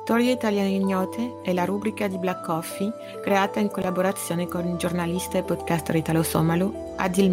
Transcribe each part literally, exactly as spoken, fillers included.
Storie italiane ignote è la rubrica di Black Coffee creata in collaborazione con il giornalista e podcaster italo-somalo Adil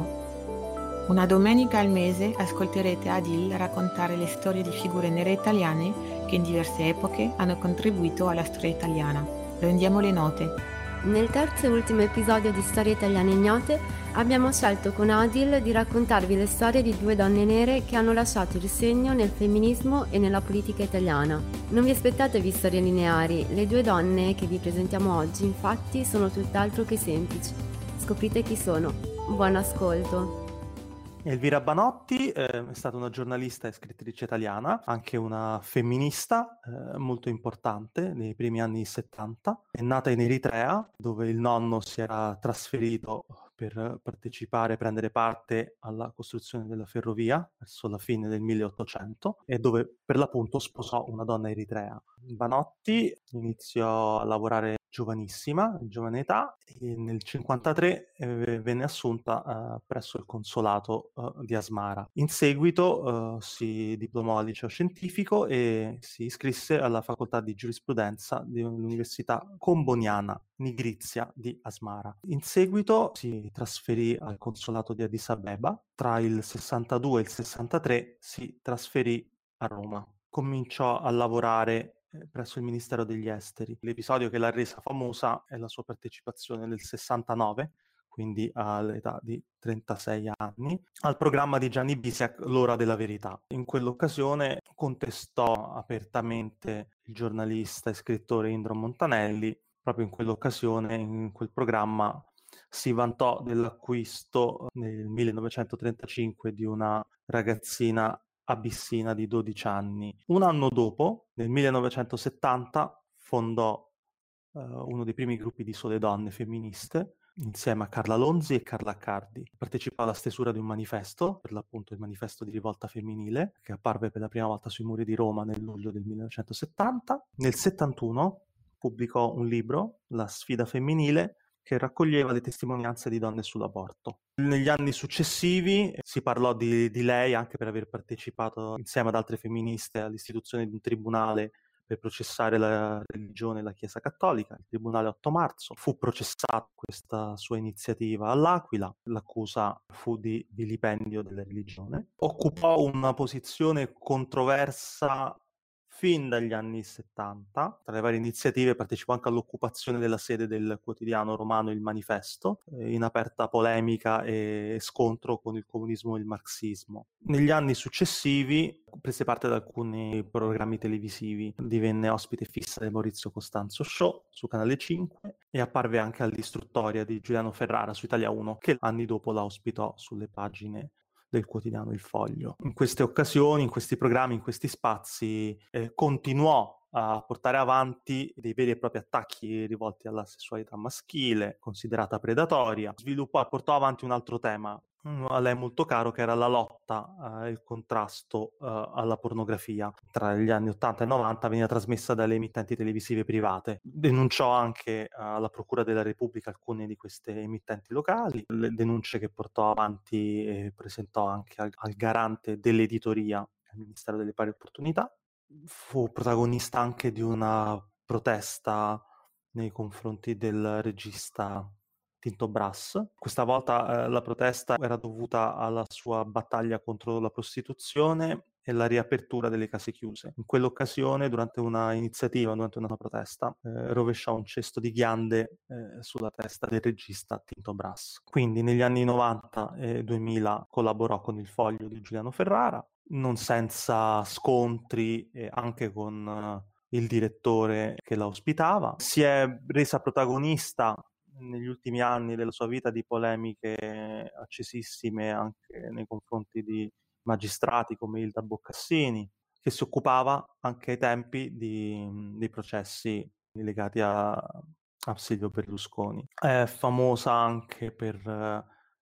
Mauro. Una domenica al mese ascolterete Adil raccontare le storie di figure nere italiane che in diverse epoche hanno contribuito alla storia italiana. Rendiamo le note. Nel terzo e ultimo episodio di Storie italiane ignote abbiamo scelto con Adil di raccontarvi le storie di due donne nere che hanno lasciato il segno nel femminismo e nella politica italiana. Non vi aspettatevi storie lineari, le due donne che vi presentiamo oggi infatti sono tutt'altro che semplici. Scoprite chi sono. Buon ascolto! Elvira Banotti eh, è stata una giornalista e scrittrice italiana, anche una femminista eh, molto importante nei primi anni settanta. È nata in Eritrea, dove il nonno si era trasferito per partecipare, prendere parte alla costruzione della ferrovia verso la fine del milleottocento e dove per l'appunto sposò una donna eritrea. Banotti iniziò a lavorare giovanissima, in giovane età, e nel cinquantatré eh, venne assunta eh, presso il consolato eh, di Asmara. In seguito eh, si diplomò al liceo scientifico e si iscrisse alla facoltà di giurisprudenza dell'Università Comboniana Nigrizia di Asmara. In seguito si trasferì al consolato di Addis Abeba. Tra il sessantadue e il sessantatré si trasferì a Roma. Cominciò a lavorare presso il Ministero degli Esteri. L'episodio che l'ha resa famosa è la sua partecipazione nel sessantanove, quindi all'età di trentasei anni, al programma di Gianni Bisiak, L'ora della verità. In quell'occasione contestò apertamente il giornalista e scrittore Indro Montanelli. Proprio in quell'occasione, in quel programma, si vantò dell'acquisto nel millenovecentotrentacinque di una ragazzina abissina di dodici anni. Un anno dopo, nel millenovecentosettanta, fondò uh, uno dei primi gruppi di sole donne femministe insieme a Carla Lonzi e Carla Accardi. Partecipò alla stesura di un manifesto, per l'appunto il manifesto di rivolta femminile, che apparve per la prima volta sui muri di Roma nel luglio del millenovecentosettanta. Nel settantuno pubblicò un libro, La sfida femminile, che raccoglieva le testimonianze di donne sull'aborto. Negli anni successivi si parlò di, di lei anche per aver partecipato insieme ad altre femministe all'istituzione di un tribunale per processare la religione e la Chiesa Cattolica, il Tribunale otto marzo. Fu processata questa sua iniziativa all'Aquila, l'accusa fu di vilipendio della religione. Occupò una posizione controversa fin dagli anni settanta. Tra le varie iniziative partecipò anche all'occupazione della sede del quotidiano romano Il Manifesto, in aperta polemica e scontro con il comunismo e il marxismo. Negli anni successivi prese parte ad alcuni programmi televisivi, divenne ospite fissa del Maurizio Costanzo Show su Canale cinque e apparve anche all'Istruttoria di Giuliano Ferrara su Italia uno, che anni dopo la ospitò sulle pagine del quotidiano Il Foglio. In queste occasioni, in questi programmi, in questi spazi, eh, continuò a portare avanti dei veri e propri attacchi rivolti alla sessualità maschile, considerata predatoria. Sviluppò e portò avanti un altro tema a lei molto caro, che era la lotta e eh, il contrasto eh, alla pornografia. Tra gli anni ottanta e novanta veniva trasmessa dalle emittenti televisive private. Denunciò anche alla Procura della Repubblica alcune di queste emittenti locali, le denunce che portò avanti e presentò anche al, al garante dell'editoria al Ministero delle Pari Opportunità. Fu protagonista anche di una protesta nei confronti del regista Tinto Brass. Questa volta eh, la protesta era dovuta alla sua battaglia contro la prostituzione e la riapertura delle case chiuse. In quell'occasione, durante una iniziativa, durante una protesta, eh, rovesciò un cesto di ghiande eh, sulla testa del regista Tinto Brass. Quindi negli anni novanta e duemila collaborò con Il Foglio di Giuliano Ferrara, non senza scontri e anche con eh, il direttore che la ospitava. Si è resa protagonista negli ultimi anni della sua vita di polemiche accesissime anche nei confronti di magistrati come Ilda Boccassini, che si occupava anche ai tempi di, dei processi legati a, a Silvio Berlusconi. È famosa anche per uh,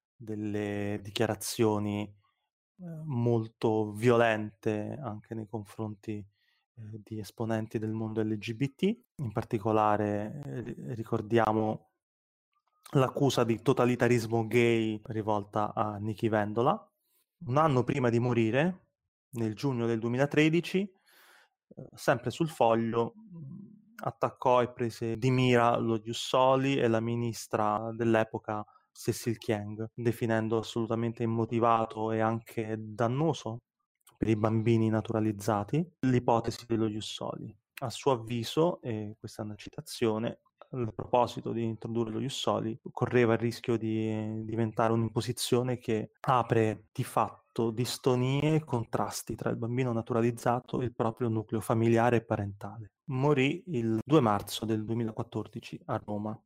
delle dichiarazioni uh, molto violente anche nei confronti uh, di esponenti del mondo L G B T. In particolare eh, ricordiamo l'accusa di totalitarismo gay rivolta a Nichi Vendola. Un anno prima di morire, nel giugno del duemilatredici, eh, sempre sul Foglio, attaccò e prese di mira lo Jussoli e la ministra dell'epoca Cecil Kyenge, definendo assolutamente immotivato e anche dannoso per i bambini naturalizzati l'ipotesi dello Jussoli. A suo avviso, e questa è una citazione, a proposito di introdurre lo Jussoli, correva il rischio di diventare un'imposizione che apre di fatto distonie e contrasti tra il bambino naturalizzato e il proprio nucleo familiare e parentale. Morì il due marzo del duemilaquattordici a Roma.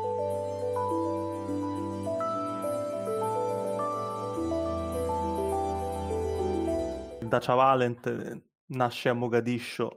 Dacia Valent nasce a Mogadiscio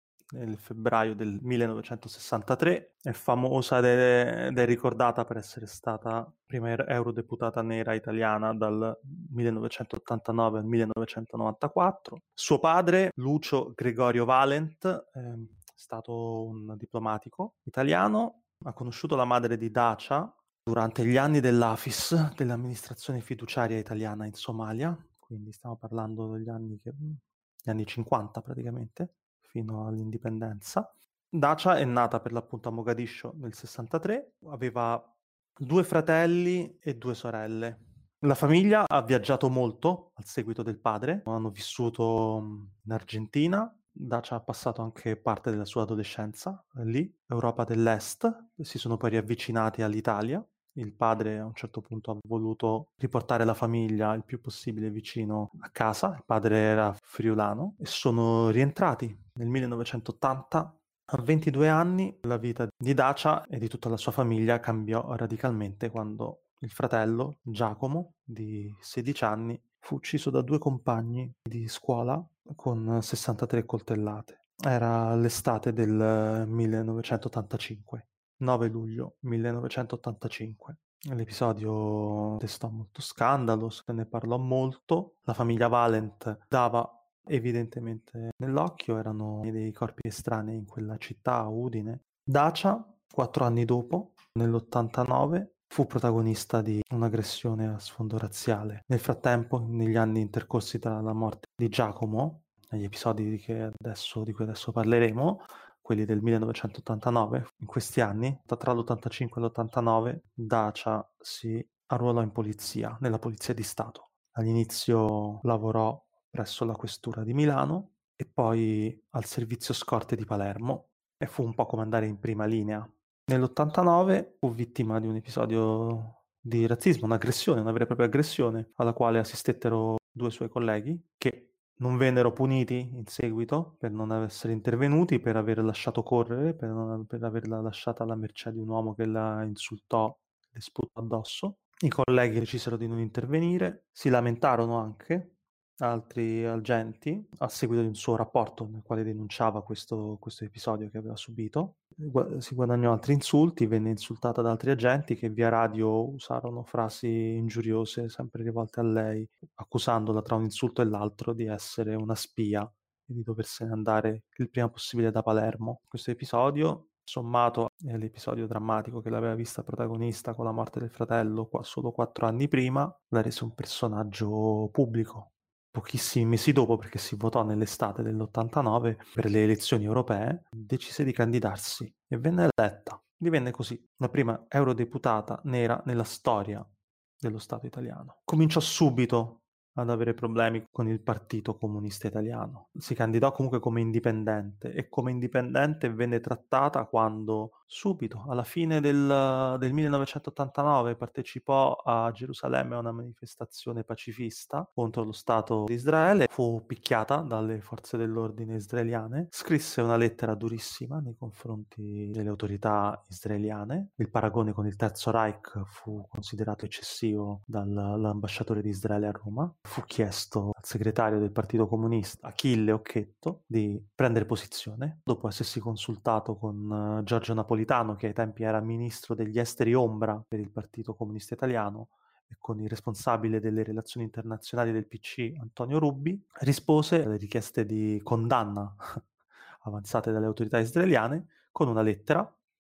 nel febbraio del millenovecentosessantatré, è famosa ed è, ed è ricordata per essere stata prima eurodeputata nera italiana dal millenovecentottantanove al millenovecentonovantaquattro. Suo padre, Lucio Gregorio Valent, è stato un diplomatico italiano, ha conosciuto la madre di Dacia durante gli anni dell'AFIS, dell'amministrazione fiduciaria italiana in Somalia, quindi stiamo parlando degli anni, che, gli anni cinquanta praticamente, fino all'indipendenza. Dacia è nata per l'appunto a Mogadiscio nel sessantatré, aveva due fratelli e due sorelle. La famiglia ha viaggiato molto al seguito del padre, hanno vissuto in Argentina, Dacia ha passato anche parte della sua adolescenza lì, Europa dell'Est, si sono poi riavvicinati all'Italia. Il padre a un certo punto ha voluto riportare la famiglia il più possibile vicino a casa, il padre era friulano, e sono rientrati nel millenovecentottanta. A ventidue anni la vita di Dacia e di tutta la sua famiglia cambiò radicalmente quando il fratello, Giacomo, di sedici anni, fu ucciso da due compagni di scuola con sessantatré coltellate. Era l'estate del millenovecentottantacinque. nove luglio millenovecentottantacinque. L'episodio destò molto scandalo, se ne parlò molto. La famiglia Valent dava evidentemente nell'occhio, erano dei corpi estranei in quella città, Udine. Dacia, quattro anni dopo, nell'ottantanove, fu protagonista di un'aggressione a sfondo razziale. Nel frattempo, negli anni intercorsi tra la morte di Giacomo, negli episodi di, che adesso, di cui adesso parleremo, quelli del millenovecentottantanove, in questi anni, tra l'ottantacinque e l'ottantanove, Dacia si arruolò in polizia, nella Polizia di Stato. All'inizio lavorò presso la questura di Milano e poi al servizio scorte di Palermo e fu un po' come andare in prima linea. Nell'ottantanove fu vittima di un episodio di razzismo, un'aggressione, una vera e propria aggressione alla quale assistettero due suoi colleghi che non vennero puniti in seguito per non essere intervenuti, per aver lasciato correre, per, non, per averla lasciata alla mercé di un uomo che la insultò, le sputò addosso. I colleghi decisero di non intervenire, si lamentarono anche altri agenti a seguito di un suo rapporto nel quale denunciava questo, questo episodio che aveva subito. Si guadagnò altri insulti, venne insultata da altri agenti che via radio usarono frasi ingiuriose sempre rivolte a lei, accusandola tra un insulto e l'altro di essere una spia e di doversene andare il prima possibile da Palermo. Questo episodio, sommato all'episodio drammatico che l'aveva vista protagonista con la morte del fratello qua solo quattro anni prima, la rese un personaggio pubblico. Pochissimi mesi dopo, perché si votò nell'estate dell'ottantanove per le elezioni europee, decise di candidarsi e venne eletta. Divenne così la prima eurodeputata nera nella storia dello Stato italiano. Cominciò subito ad avere problemi con il Partito Comunista Italiano. Si candidò comunque come indipendente e come indipendente venne trattata quando subito, alla fine del, del millenovecentottantanove, partecipò a Gerusalemme a una manifestazione pacifista contro lo Stato di Israele, fu picchiata dalle forze dell'ordine israeliane, scrisse una lettera durissima nei confronti delle autorità israeliane. Il paragone con il Terzo Reich fu considerato eccessivo dall'ambasciatore di Israele a Roma. Fu chiesto al segretario del Partito Comunista, Achille Occhetto, di prendere posizione. Dopo essersi consultato con uh, Giorgio Napolitano, che ai tempi era ministro degli esteri ombra per il Partito Comunista Italiano, e con il responsabile delle relazioni internazionali del P C, Antonio Rubbi, rispose alle richieste di condanna avanzate dalle autorità israeliane con una lettera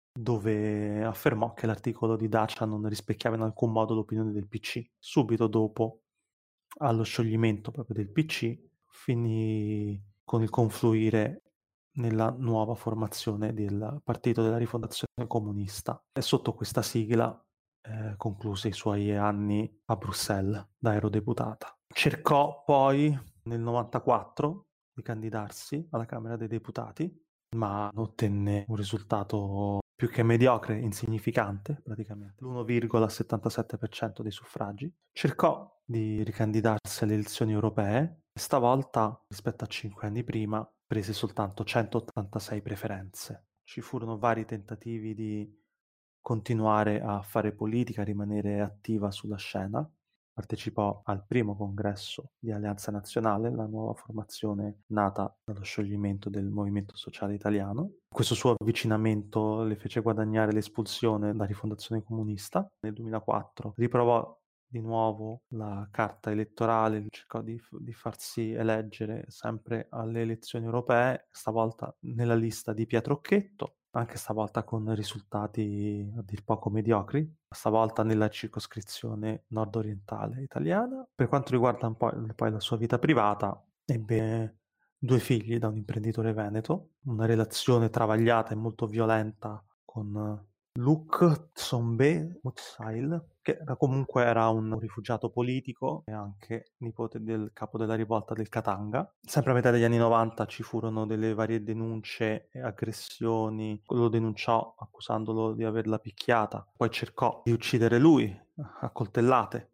dove affermò che l'articolo di Dacia non rispecchiava in alcun modo l'opinione del P C. Subito dopo, allo scioglimento proprio del P C, finì con il confluire nella nuova formazione del Partito della Rifondazione Comunista e sotto questa sigla eh, concluse i suoi anni a Bruxelles da eurodeputata. Cercò poi nel novantaquattro di candidarsi alla Camera dei Deputati, ma ottenne un risultato più che mediocre, insignificante praticamente, l'uno virgola settantasette per cento dei suffragi. Cercò di ricandidarsi alle elezioni europee e stavolta, rispetto a cinque anni prima, prese soltanto centottantasei preferenze. Ci furono vari tentativi di continuare a fare politica, a rimanere attiva sulla scena. Partecipò al primo congresso di Alleanza Nazionale, la nuova formazione nata dallo scioglimento del Movimento Sociale Italiano. Questo suo avvicinamento le fece guadagnare l'espulsione da Rifondazione Comunista. Nel duemilaquattro riprovò di nuovo la carta elettorale, cercò di, di farsi eleggere sempre alle elezioni europee, stavolta nella lista di Pietro Occhetto, anche stavolta con risultati a dir poco mediocri, stavolta nella circoscrizione nord-orientale italiana. Per quanto riguarda un po' poi la sua vita privata, ebbe due figli da un imprenditore veneto, una relazione travagliata e molto violenta con Luc Tsombé Mutsail, che era comunque era un rifugiato politico e anche nipote del capo della rivolta del Katanga. Sempre a metà degli anni novanta ci furono delle varie denunce e aggressioni. Lo denunciò accusandolo di averla picchiata. Poi cercò di uccidere lui a coltellate.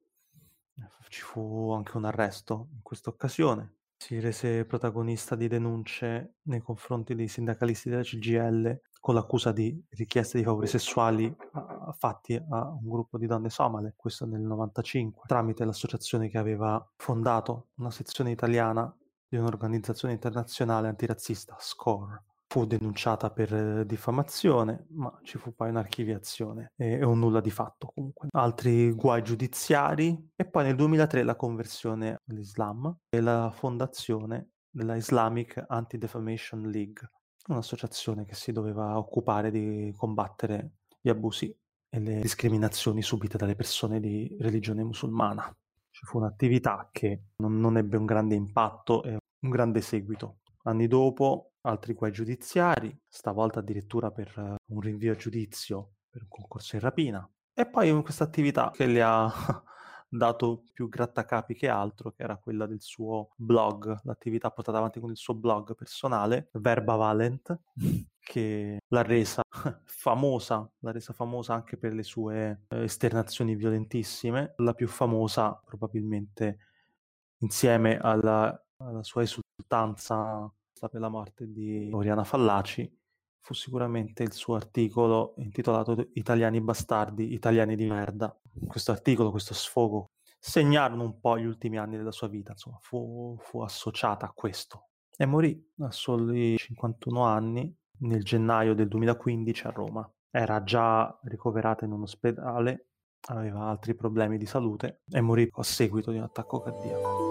Ci fu anche un arresto in questa occasione. Si rese protagonista di denunce nei confronti dei sindacalisti della C G I L con l'accusa di richieste di favori sessuali uh, fatti a un gruppo di donne somale, questo nel novantacinque, tramite l'associazione che aveva fondato una sezione italiana di un'organizzazione internazionale antirazzista, SCORE. Fu denunciata per eh, diffamazione, ma ci fu poi un'archiviazione e, e un nulla di fatto comunque. Altri guai giudiziari e poi nel duemilatré la conversione all'Islam e la fondazione della Islamic Anti-Defamation League, un'associazione che si doveva occupare di combattere gli abusi e le discriminazioni subite dalle persone di religione musulmana. Ci fu un'attività che non, non ebbe un grande impatto e un grande seguito. Anni dopo, altri guai giudiziari, stavolta addirittura per uh, un rinvio a giudizio per un concorso in rapina. E poi questa attività che le ha dato più grattacapi che altro, che era quella del suo blog, l'attività portata avanti con il suo blog personale, Verba Valent, che l'ha resa famosa, l'ha resa famosa anche per le sue esternazioni violentissime. La più famosa, probabilmente, insieme alla, alla sua esultanza per la morte di Oriana Fallaci, fu sicuramente il suo articolo intitolato Italiani bastardi, italiani di merda. Questo articolo, questo sfogo, segnarono un po' gli ultimi anni della sua vita, insomma, fu, fu associata a questo. E morì a soli cinquantuno anni nel gennaio del duemilaquindici a Roma. Era già ricoverata in un ospedale, aveva altri problemi di salute e morì a seguito di un attacco cardiaco.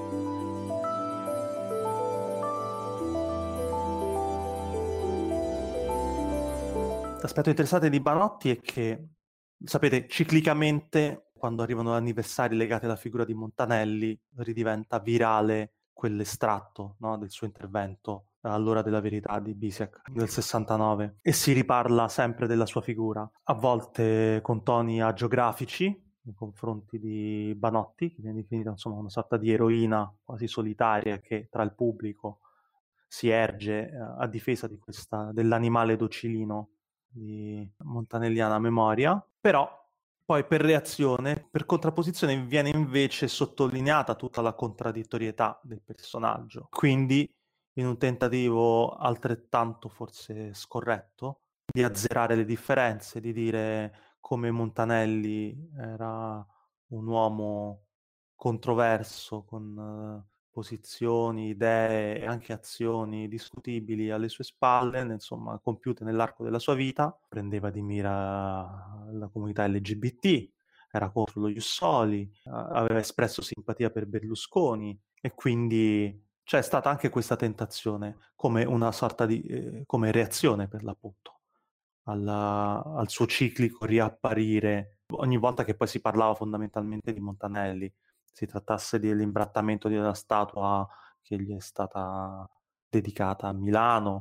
L'aspetto interessante di Banotti è che, sapete, ciclicamente, quando arrivano gli anniversari legati alla figura di Montanelli, ridiventa virale quell'estratto, no, del suo intervento all'ora della verità di Bisiek del sessantanove, e si riparla sempre della sua figura, a volte con toni agiografici nei confronti di Banotti, che viene definita insomma una sorta di eroina quasi solitaria che tra il pubblico si erge a difesa di questa, dell'animale docilino di montanelliana memoria. Però poi per reazione, per contrapposizione, viene invece sottolineata tutta la contraddittorietà del personaggio. Quindi, in un tentativo altrettanto forse scorretto di azzerare le differenze, di dire come Montanelli era un uomo controverso, con uh, posizioni, idee e anche azioni discutibili alle sue spalle, insomma, compiute nell'arco della sua vita, prendeva di mira la comunità L G B T, era contro lo Ius Soli, aveva espresso simpatia per Berlusconi e quindi c'è stata anche questa tentazione come una sorta di eh, come reazione per l'appunto alla, al suo ciclico riapparire ogni volta che poi si parlava fondamentalmente di Montanelli, si trattasse dell'imbrattamento della statua che gli è stata dedicata a Milano,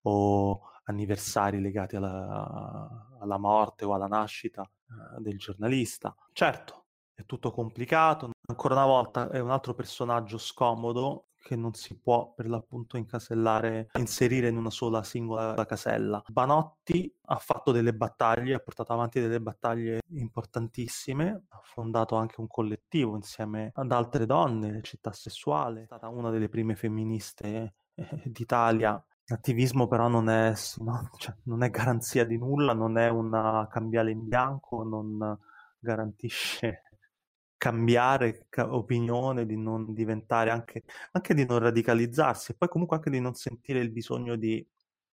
o anniversari legati alla, alla morte o alla nascita eh, del giornalista. Certo, è tutto complicato, ancora una volta è un altro personaggio scomodo che non si può per l'appunto incasellare, inserire in una sola singola casella. Banotti ha fatto delle battaglie, ha portato avanti delle battaglie importantissime, ha fondato anche un collettivo insieme ad altre donne, Città Sessuale, è stata una delle prime femministe eh, d'Italia. L'attivismo però non è, no, cioè, non è garanzia di nulla, non è una cambiale in bianco, non garantisce cambiare ca- opinione, di non diventare anche, anche di non radicalizzarsi e poi comunque anche di non sentire il bisogno di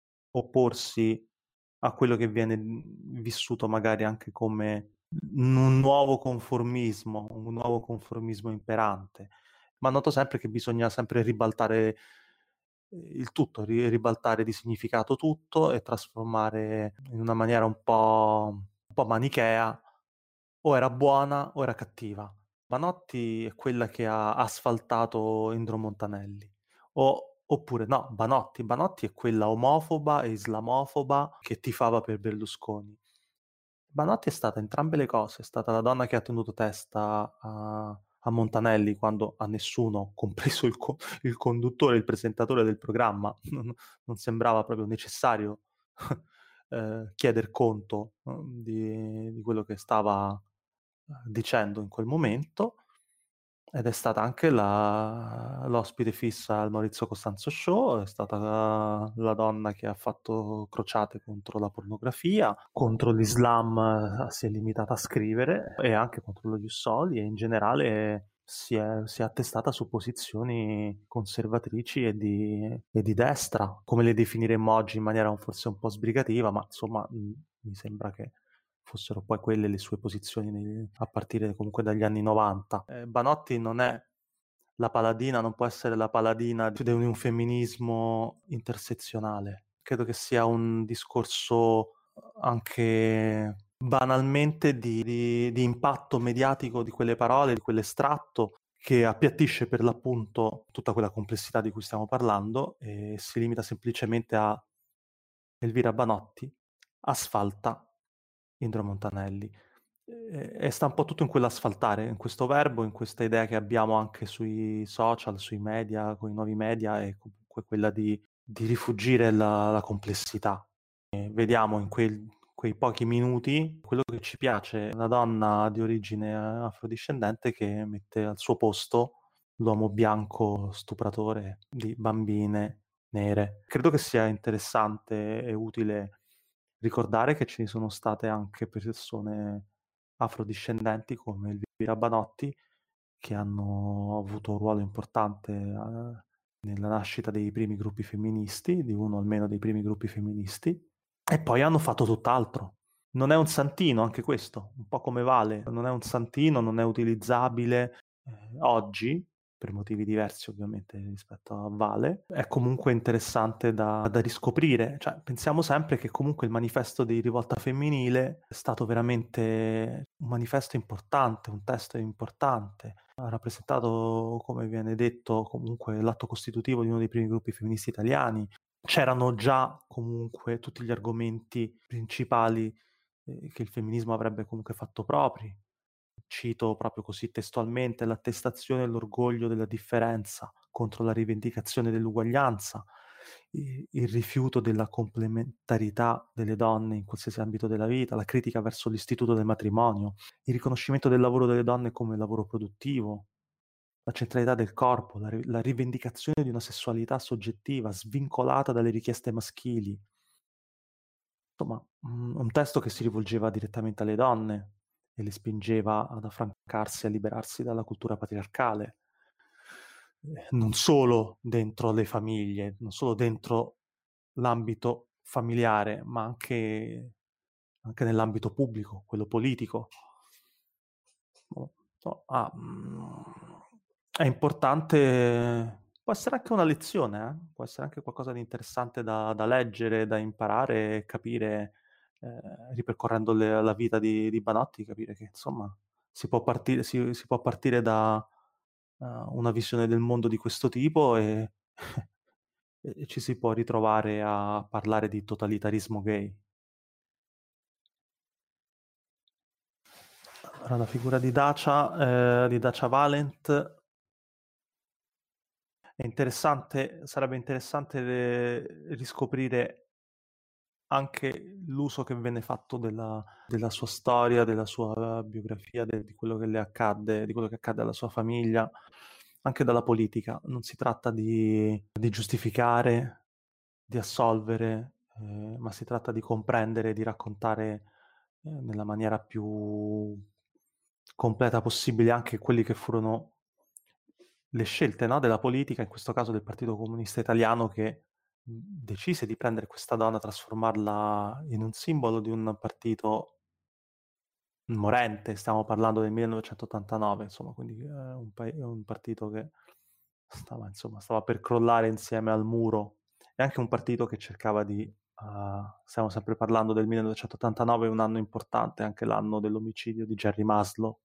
opporsi a quello che viene vissuto magari anche come un nuovo conformismo, un nuovo conformismo imperante. Ma noto sempre che bisogna sempre ribaltare il tutto, ri- ribaltare di significato tutto e trasformare in una maniera un po', un po' manichea, o era buona o era cattiva. Banotti è quella che ha asfaltato Indro Montanelli. O, oppure no, Banotti. Banotti è quella omofoba e islamofoba che tifava per Berlusconi. Banotti è stata entrambe le cose, è stata la donna che ha tenuto testa a, a Montanelli quando a nessuno, compreso il, co- il conduttore, il presentatore del programma, non, non sembrava proprio necessario eh, chieder conto eh, di, di quello che stava eh, dicendo in quel momento. Ed è stata anche la- l'ospite fissa al Maurizio Costanzo Show, è stata la, la donna che ha fatto crociate contro la pornografia, contro l'Islam, eh, si è limitata a scrivere, e anche contro lo Ius Soli, e in generale si è, si è attestata su posizioni conservatrici e di, e di destra, come le definiremmo oggi in maniera forse un po' sbrigativa, ma insomma mh, mi sembra che fossero poi quelle le sue posizioni nei- a partire comunque dagli anni novanta. Eh, Banotti non è la paladina, non può essere la paladina di un femminismo intersezionale. Credo che sia un discorso anche banalmente di, di- di impatto mediatico di quelle parole, di quell'estratto, che appiattisce per l'appunto tutta quella complessità di cui stiamo parlando e si limita semplicemente a Elvira Banotti, asfalta Indro Montanelli. E, e sta un po' tutto in quell'asfaltare, in questo verbo, in questa idea che abbiamo anche sui social, sui media, con i nuovi media, e comunque quella di, di rifuggire la, la complessità. E vediamo in quel- quei pochi minuti quello che ci piace, una donna di origine afrodiscendente che mette al suo posto l'uomo bianco stupratore di bambine nere. Credo che sia interessante e utile ricordare che ci sono state anche persone afrodiscendenti come Elvira Banotti che hanno avuto un ruolo importante eh, nella nascita dei primi gruppi femministi, di uno almeno dei primi gruppi femministi, e poi hanno fatto tutt'altro. Non è un santino, anche questo, un po' come Vale, non è un santino, non è utilizzabile eh, oggi, per motivi diversi ovviamente rispetto a Vale, è comunque interessante da, da riscoprire. Cioè, pensiamo sempre che comunque il manifesto di Rivolta Femminile è stato veramente un manifesto importante, un testo importante. Ha rappresentato, come viene detto, comunque l'atto costitutivo di uno dei primi gruppi femministi italiani. C'erano già comunque tutti gli argomenti principali eh, che il femminismo avrebbe comunque fatto propri. Cito proprio così testualmente: l'attestazione e l'orgoglio della differenza contro la rivendicazione dell'uguaglianza, i- il rifiuto della complementarità delle donne in qualsiasi ambito della vita, la critica verso l'istituto del matrimonio, il riconoscimento del lavoro delle donne come lavoro produttivo, la centralità del corpo, la, ri- la rivendicazione di una sessualità soggettiva svincolata dalle richieste maschili. Insomma, un un testo che si rivolgeva direttamente alle donne e le spingeva ad affrancarsi, a liberarsi dalla cultura patriarcale, eh, non solo dentro le famiglie, non solo dentro l'ambito familiare, ma anche, anche nell'ambito pubblico, quello politico. No, no, ah, mm, è importante, può essere anche una lezione, eh? Può essere anche qualcosa di interessante da, da leggere, da imparare e capire, eh, ripercorrendo le- la vita di, di Banotti, capire che insomma si può partire, si, si può partire da eh, una visione del mondo di questo tipo e, e ci si può ritrovare a parlare di totalitarismo gay. Allora, la figura di Dacia, eh, di Dacia Valent è interessante, sarebbe interessante eh, riscoprire anche l'uso che venne fatto della, della sua storia, della sua biografia, de- di quello che le accadde, di quello che accadde alla sua famiglia, anche dalla politica. Non si tratta di, di giustificare, di assolvere, eh, ma si tratta di comprendere, di raccontare eh, nella maniera più completa possibile anche quelli che furono le scelte, no, della politica, in questo caso del Partito Comunista Italiano, che mh, decise di prendere questa donna, trasformarla in un simbolo di un partito morente. Stiamo parlando del millenovecentottantanove, insomma, quindi è un, pa- è un partito che stava, insomma, stava per crollare insieme al muro. È anche un partito che cercava di... uh, stiamo sempre parlando del millenovecentottantanove, un anno importante, anche l'anno dell'omicidio di Jerry Maslow,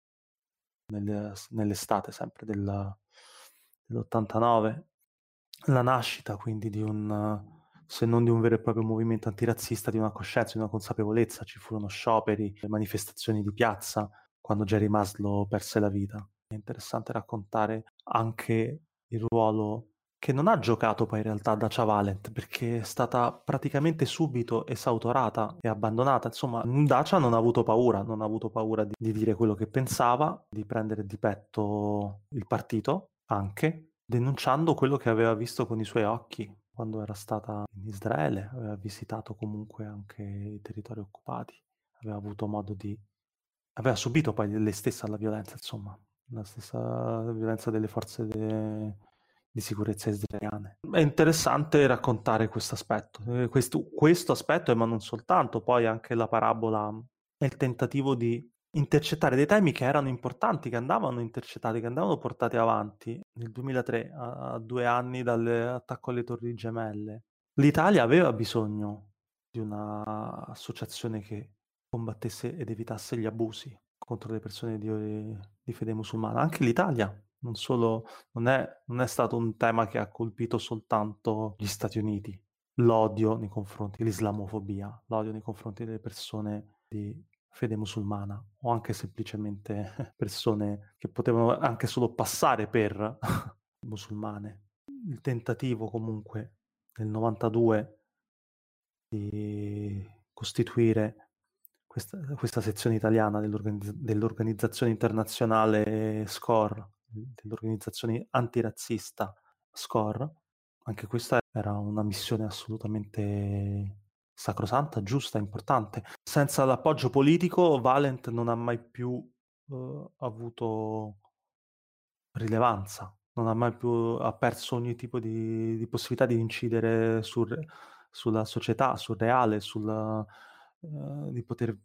nel- nell'estate sempre del- dell'ottantanove. La nascita quindi di un, se non di un vero e proprio movimento antirazzista, di una coscienza, di una consapevolezza. Ci furono scioperi, manifestazioni di piazza quando Jerry Maslow perse la vita. È interessante raccontare anche il ruolo che non ha giocato poi in realtà Dacia Valent, perché è stata praticamente subito esautorata e abbandonata. Insomma, Dacia non ha avuto paura, non ha avuto paura di, di dire quello che pensava, di prendere di petto il partito, anche denunciando quello che aveva visto con i suoi occhi quando era stata in Israele, aveva visitato comunque anche i territori occupati, aveva avuto modo di... aveva subito poi lei stessa la violenza, insomma, la stessa violenza delle forze de- di sicurezza israeliane. È interessante raccontare questo aspetto, eh, questo, questo aspetto, ma non soltanto, poi anche la parabola e il tentativo di intercettare dei temi che erano importanti, che andavano intercettati, che andavano portati avanti. Nel duemilatré, a, a due anni dall'attacco alle Torri Gemelle, l'Italia aveva bisogno di un'associazione che combattesse ed evitasse gli abusi contro le persone di, di fede musulmana. Anche l'Italia, non solo, non è, non è stato un tema che ha colpito soltanto gli Stati Uniti. L'odio nei confronti, l'islamofobia, l'odio nei confronti delle persone di fede musulmana, o anche semplicemente persone che potevano anche solo passare per musulmane. Il tentativo comunque nel novantadue di costituire questa, questa sezione italiana dell'organizz- dell'organizzazione internazionale SCORE, dell'organizzazione antirazzista SCORE. Anche questa era una missione assolutamente sacrosanta, giusta, importante. Senza l'appoggio politico, Valent non ha mai più eh, avuto rilevanza, non ha mai più, ha perso ogni tipo di, di possibilità di incidere sul, sulla società, sul reale, sulla, eh, di poter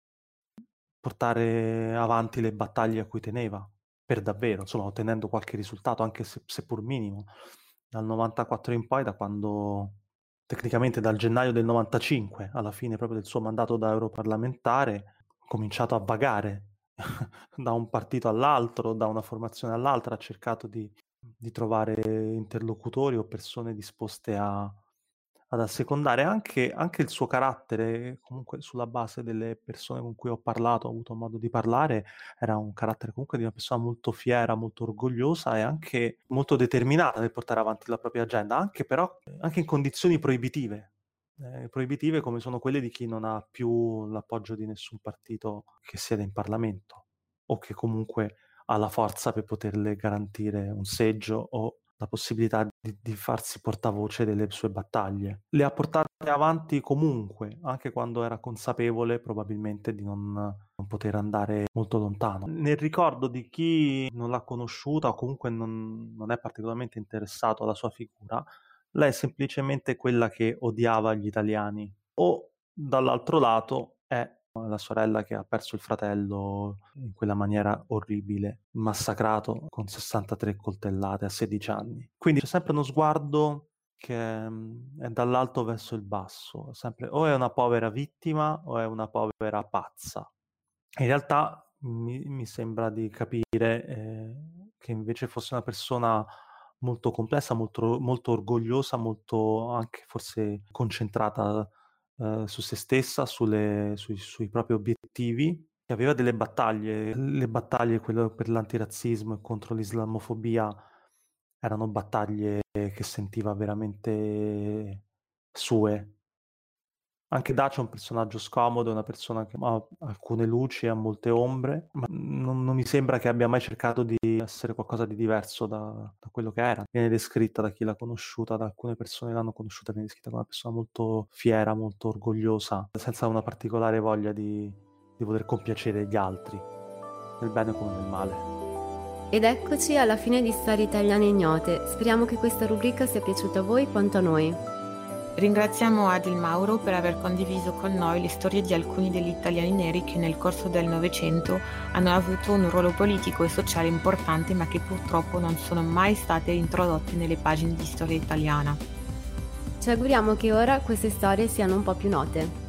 portare avanti le battaglie a cui teneva, per davvero, insomma, ottenendo qualche risultato, anche se, seppur minimo. Dal novantaquattro in poi, da quando, tecnicamente dal gennaio del novantacinque, alla fine proprio del suo mandato da europarlamentare, ha cominciato a vagare da un partito all'altro, da una formazione all'altra, ha cercato di, di trovare interlocutori o persone disposte a, ad assecondare anche, anche il suo carattere, comunque sulla base delle persone con cui ho parlato, ho avuto modo di parlare, era un carattere comunque di una persona molto fiera, molto orgogliosa e anche molto determinata nel portare avanti la propria agenda, anche però anche in condizioni proibitive. Eh, proibitive come sono quelle di chi non ha più l'appoggio di nessun partito che sieda in Parlamento o che comunque ha la forza per poterle garantire un seggio o la possibilità di, di farsi portavoce delle sue battaglie. Le ha portate avanti comunque, anche quando era consapevole probabilmente di non, non poter andare molto lontano. Nel ricordo di chi non l'ha conosciuta o comunque non, non è particolarmente interessato alla sua figura, lei è semplicemente quella che odiava gli italiani. O dall'altro lato è la sorella che ha perso il fratello in quella maniera orribile, massacrato con sessantatré coltellate a sedici anni. Quindi c'è sempre uno sguardo che mm, è dall'alto verso il basso, sempre o è una povera vittima o è una povera pazza. In realtà mi, mi sembra di capire eh, che invece fosse una persona molto complessa, molto, molto orgogliosa, molto anche forse concentrata eh, su se stessa, sulle, sui, sui propri obiettivi, che aveva delle battaglie, le battaglie quello per l'antirazzismo e contro l'islamofobia erano battaglie che sentiva veramente sue. Anche Dacia è un personaggio scomodo, è una persona che ha alcune luci e ha molte ombre, ma non, non mi sembra che abbia mai cercato di essere qualcosa di diverso da, da quello che era. Viene descritta da chi l'ha conosciuta, da alcune persone l'hanno conosciuta, viene descritta come una persona molto fiera, molto orgogliosa, senza una particolare voglia di, di voler compiacere gli altri, nel bene come nel male. Ed eccoci alla fine di Storie Italiane Ignote. Speriamo che questa rubrica sia piaciuta a voi quanto a noi. Ringraziamo Adil Mauro per aver condiviso con noi le storie di alcuni degli italiani neri che nel corso del Novecento hanno avuto un ruolo politico e sociale importante, ma che purtroppo non sono mai state introdotte nelle pagine di storia italiana. Ci auguriamo che ora queste storie siano un po' più note.